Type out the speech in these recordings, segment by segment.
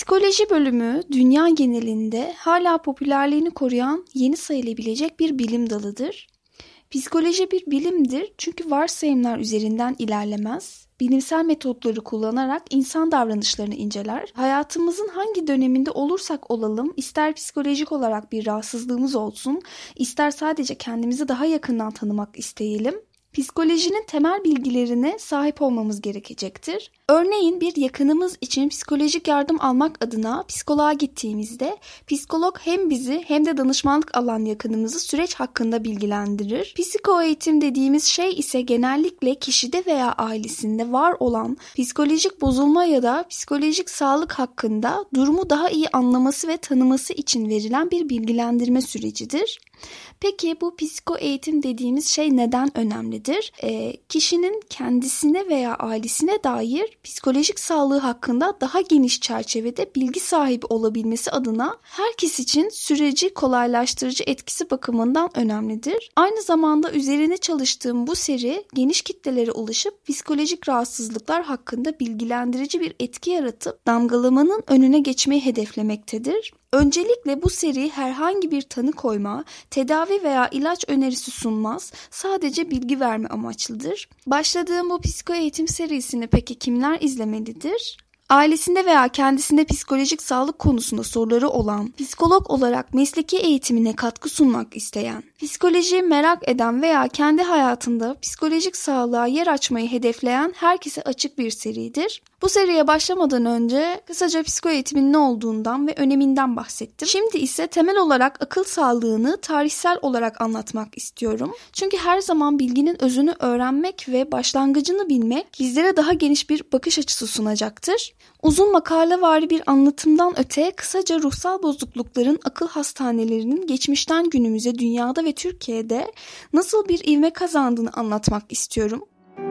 Psikoloji bölümü dünya genelinde hala popülerliğini koruyan yeni sayılabilecek bir bilim dalıdır. Psikoloji bir bilimdir çünkü varsayımlar üzerinden ilerlemez, bilimsel metotları kullanarak insan davranışlarını inceler. Hayatımızın hangi döneminde olursak olalım, ister psikolojik olarak bir rahatsızlığımız olsun, ister sadece kendimizi daha yakından tanımak isteyelim, psikolojinin temel bilgilerine sahip olmamız gerekecektir. Örneğin bir yakınımız için psikolojik yardım almak adına psikoloğa gittiğimizde psikolog hem bizi hem de danışmanlık alan yakınımızı süreç hakkında bilgilendirir. Psikoeğitim dediğimiz şey ise genellikle kişide veya ailesinde var olan psikolojik bozulma ya da psikolojik sağlık hakkında durumu daha iyi anlaması ve tanıması için verilen bir bilgilendirme sürecidir. Peki bu psikoeğitim dediğimiz şey neden önemlidir? Kişinin kendisine veya ailesine dair psikolojik sağlığı hakkında daha geniş çerçevede bilgi sahibi olabilmesi adına herkes için süreci kolaylaştırıcı etkisi bakımından önemlidir. Aynı zamanda üzerine çalıştığım bu seri geniş kitlelere ulaşıp psikolojik rahatsızlıklar hakkında bilgilendirici bir etki yaratıp damgalamanın önüne geçmeyi hedeflemektedir. Öncelikle bu seri herhangi bir tanı koyma, tedavi veya ilaç önerisi sunmaz, sadece bilgi verme amaçlıdır. Başladığım bu psikoeğitim serisini peki kimler izlemelidir? Ailesinde veya kendisinde psikolojik sağlık konusunda soruları olan, psikolog olarak mesleki eğitimine katkı sunmak isteyen, psikolojiyi merak eden veya kendi hayatında psikolojik sağlığa yer açmayı hedefleyen herkese açık bir seridir. Bu seriye başlamadan önce kısaca psikoeğitimin ne olduğundan ve öneminden bahsettim. Şimdi ise temel olarak akıl sağlığını tarihsel olarak anlatmak istiyorum. Çünkü her zaman bilginin özünü öğrenmek ve başlangıcını bilmek bizlere daha geniş bir bakış açısı sunacaktır. Uzun makalevari bir anlatımdan öte kısaca ruhsal bozuklukların akıl hastanelerinin geçmişten günümüze dünyada ve Türkiye'de nasıl bir ivme kazandığını anlatmak istiyorum.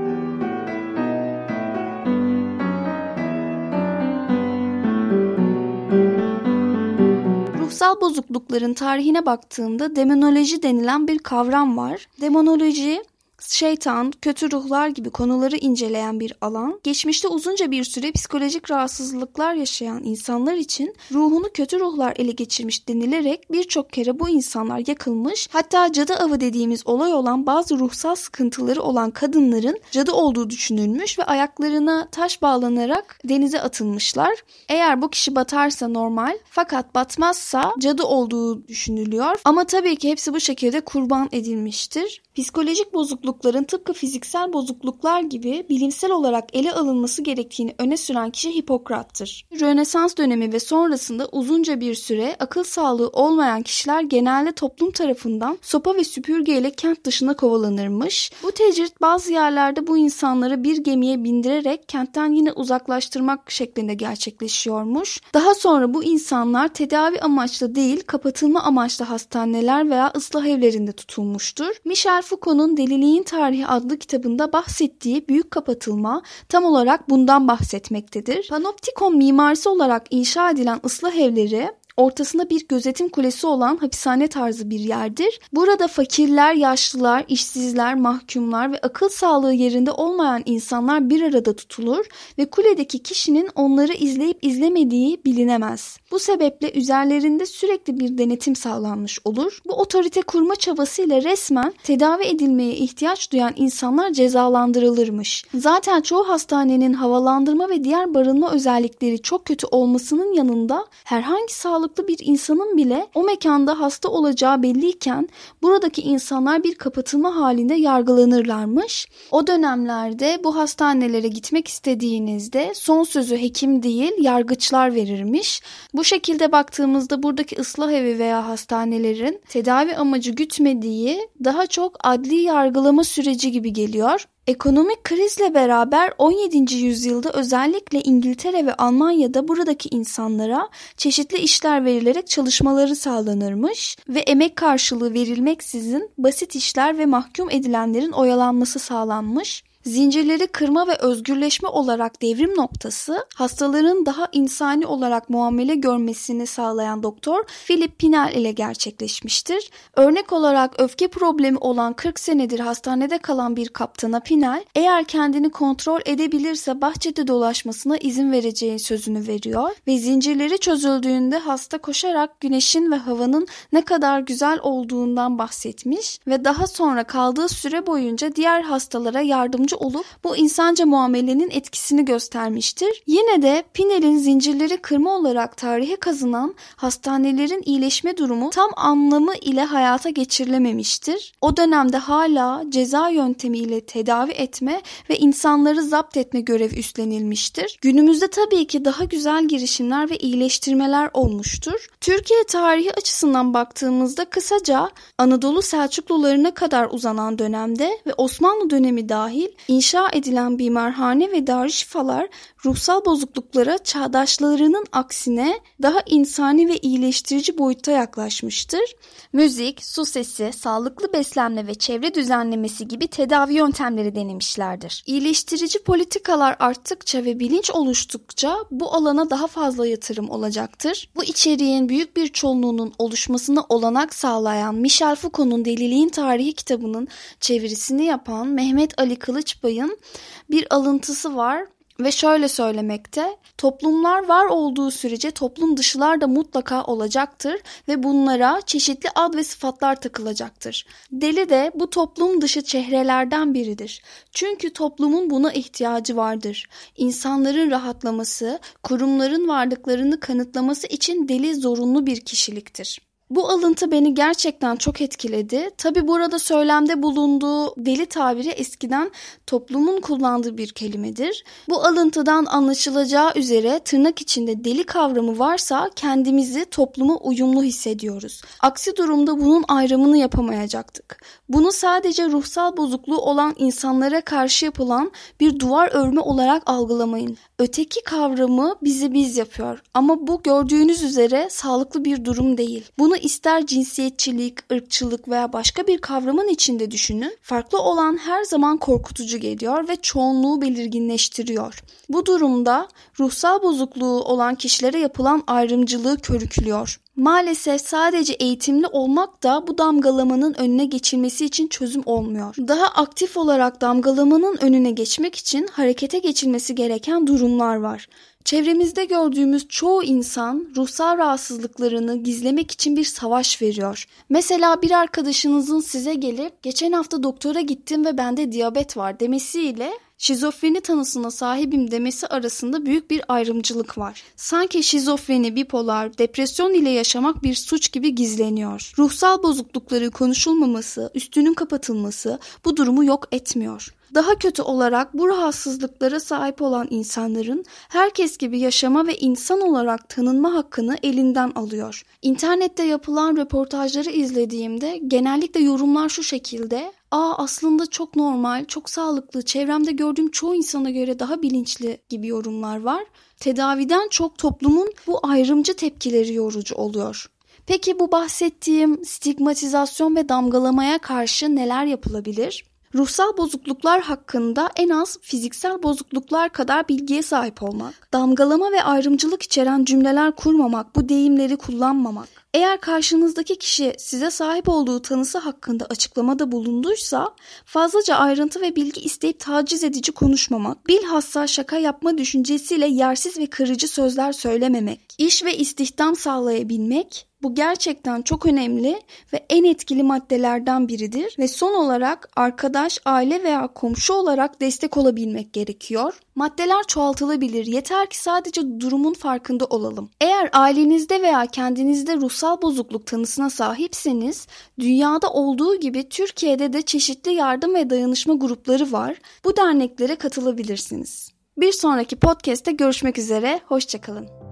Ruhsal bozuklukların tarihine baktığımda demonoloji denilen bir kavram var. Demonoloji, şeytan, kötü ruhlar gibi konuları inceleyen bir alan, geçmişte uzunca bir süre psikolojik rahatsızlıklar yaşayan insanlar için ruhunu kötü ruhlar ele geçirmiş denilerek birçok kere bu insanlar yakılmış, hatta cadı avı dediğimiz olay olan bazı ruhsal sıkıntıları olan kadınların cadı olduğu düşünülmüş ve ayaklarına taş bağlanarak denize atılmışlar. Eğer bu kişi batarsa normal, fakat batmazsa cadı olduğu düşünülüyor. Ama tabii ki hepsi bu şekilde kurban edilmiştir. Psikolojik bozuklukların tıpkı fiziksel bozukluklar gibi bilimsel olarak ele alınması gerektiğini öne süren kişi Hipokrat'tır. Rönesans dönemi ve sonrasında uzunca bir süre akıl sağlığı olmayan kişiler genelde toplum tarafından sopa ve süpürgeyle kent dışına kovalanırmış. Bu tecrit bazı yerlerde bu insanları bir gemiye bindirerek kentten yine uzaklaştırmak şeklinde gerçekleşiyormuş. Daha sonra bu insanlar tedavi amaçlı değil, kapatılma amaçlı hastaneler veya ıslah evlerinde tutulmuştur. Michel Foucault'un Deliliğin Tarihi adlı kitabında bahsettiği büyük kapatılma tam olarak bundan bahsetmektedir. Panoptikon mimarisi olarak inşa edilen ıslah evleri ortasında bir gözetim kulesi olan hapishane tarzı bir yerdir. Burada fakirler, yaşlılar, işsizler, mahkumlar ve akıl sağlığı yerinde olmayan insanlar bir arada tutulur ve kuledeki kişinin onları izleyip izlemediği bilinemez. Bu sebeple üzerlerinde sürekli bir denetim sağlanmış olur. Bu otorite kurma çabasıyla resmen tedavi edilmeye ihtiyaç duyan insanlar cezalandırılırmış. Zaten çoğu hastanenin havalandırma ve diğer barınma özellikleri çok kötü olmasının yanında herhangi sağlıklı bir insanın bile o mekanda hasta olacağı belliyken buradaki insanlar bir kapatılma halinde yargılanırlarmış. O dönemlerde bu hastanelere gitmek istediğinizde son sözü hekim değil yargıçlar verirmiş. Bu şekilde baktığımızda buradaki ıslah evi veya hastanelerin tedavi amacı gütmediği daha çok adli yargılama süreci gibi geliyor. Ekonomik krizle beraber 17. yüzyılda özellikle İngiltere ve Almanya'da buradaki insanlara çeşitli işler verilerek çalışmaları sağlanırmış ve emek karşılığı verilmeksizin basit işler ve mahkum edilenlerin oyalanması sağlanmış. Zincirleri kırma ve özgürleşme olarak devrim noktası, hastaların daha insani olarak muamele görmesini sağlayan doktor Philip Pinel ile gerçekleşmiştir. Örnek olarak öfke problemi olan 40 senedir hastanede kalan bir kaptana Pinel, eğer kendini kontrol edebilirse bahçede dolaşmasına izin vereceği sözünü veriyor ve zincirleri çözüldüğünde hasta koşarak güneşin ve havanın ne kadar güzel olduğundan bahsetmiş ve daha sonra kaldığı süre boyunca diğer hastalara yardımcı olup bu insanca muamelenin etkisini göstermiştir. Yine de Pinel'in zincirleri kırma olarak tarihe kazınan hastanelerin iyileşme durumu tam anlamı ile hayata geçirilememiştir. O dönemde hala ceza yöntemiyle tedavi etme ve insanları zapt etme görev üstlenilmiştir. Günümüzde tabii ki daha güzel girişimler ve iyileştirmeler olmuştur. Türkiye tarihi açısından baktığımızda kısaca Anadolu Selçuklularına kadar uzanan dönemde ve Osmanlı dönemi dahil inşa edilen bimarhane ve darüşşifalar ruhsal bozukluklara çağdaşlarının aksine daha insani ve iyileştirici boyutta yaklaşmıştır. Müzik, su sesi, sağlıklı beslenme ve çevre düzenlemesi gibi tedavi yöntemleri denemişlerdir. İyileştirici politikalar arttıkça ve bilinç oluştukça bu alana daha fazla yatırım olacaktır. Bu içeriğin büyük bir çoğunluğunun oluşmasına olanak sağlayan Michel Foucault'un Deliliğin Tarihi kitabının çevirisini yapan Mehmet Ali Kılıçbay'ın bir alıntısı var. Ve şöyle söylemekte, toplumlar var olduğu sürece toplum dışılar da mutlaka olacaktır ve bunlara çeşitli ad ve sıfatlar takılacaktır. Deli de bu toplum dışı çehrelerden biridir. Çünkü toplumun buna ihtiyacı vardır. İnsanların rahatlaması, kurumların varlıklarını kanıtlaması için deli zorunlu bir kişiliktir. Bu alıntı beni gerçekten çok etkiledi. Tabi burada söylemde bulunduğu deli tabiri eskiden toplumun kullandığı bir kelimedir. Bu alıntıdan anlaşılacağı üzere tırnak içinde deli kavramı varsa kendimizi topluma uyumlu hissediyoruz. Aksi durumda bunun ayrımını yapamayacaktık. Bunu sadece ruhsal bozukluğu olan insanlara karşı yapılan bir duvar örme olarak algılamayın. Öteki kavramı bizi biz yapıyor ama bu gördüğünüz üzere sağlıklı bir durum değil. Bunu ister cinsiyetçilik, ırkçılık veya başka bir kavramın içinde düşünün. Farklı olan her zaman korkutucu geliyor ve çoğunluğu belirginleştiriyor. Bu durumda ruhsal bozukluğu olan kişilere yapılan ayrımcılığı körüklüyor. Maalesef sadece eğitimli olmak da bu damgalamanın önüne geçilmesi için çözüm olmuyor. Daha aktif olarak damgalamanın önüne geçmek için harekete geçilmesi gereken durumlar var. Çevremizde gördüğümüz çoğu insan ruhsal rahatsızlıklarını gizlemek için bir savaş veriyor. Mesela bir arkadaşınızın size gelip geçen hafta doktora gittim ve bende diyabet var demesiyle şizofreni tanısına sahibim demesi arasında büyük bir ayrımcılık var. Sanki şizofreni, bipolar, depresyon ile yaşamak bir suç gibi gizleniyor. Ruhsal bozuklukları konuşulmaması, üstünün kapatılması bu durumu yok etmiyor. Daha kötü olarak bu rahatsızlıklara sahip olan insanların herkes gibi yaşama ve insan olarak tanınma hakkını elinden alıyor. İnternette yapılan röportajları izlediğimde genellikle yorumlar şu şekilde: aslında çok normal, çok sağlıklı, çevremde gördüğüm çoğu insana göre daha bilinçli gibi yorumlar var. Tedaviden çok toplumun bu ayrımcı tepkileri yorucu oluyor. Peki bu bahsettiğim stigmatizasyon ve damgalamaya karşı neler yapılabilir? Ruhsal bozukluklar hakkında en az fiziksel bozukluklar kadar bilgiye sahip olmak, damgalama ve ayrımcılık içeren cümleler kurmamak, bu deyimleri kullanmamak. Eğer karşınızdaki kişi size sahip olduğu tanısı hakkında açıklamada bulunduysa fazlaca ayrıntı ve bilgi isteyip taciz edici konuşmamak, bilhassa şaka yapma düşüncesiyle yersiz ve kırıcı sözler söylememek, iş ve istihdam sağlayabilmek, bu gerçekten çok önemli ve en etkili maddelerden biridir ve son olarak arkadaş, aile veya komşu olarak destek olabilmek gerekiyor. Maddeler çoğaltılabilir, yeter ki sadece durumun farkında olalım. Eğer ailenizde veya kendinizde ruhsal bozukluk tanısına sahipseniz, dünyada olduğu gibi Türkiye'de de çeşitli yardım ve dayanışma grupları var. Bu derneklere katılabilirsiniz. Bir sonraki podcast'te görüşmek üzere, hoşça kalın.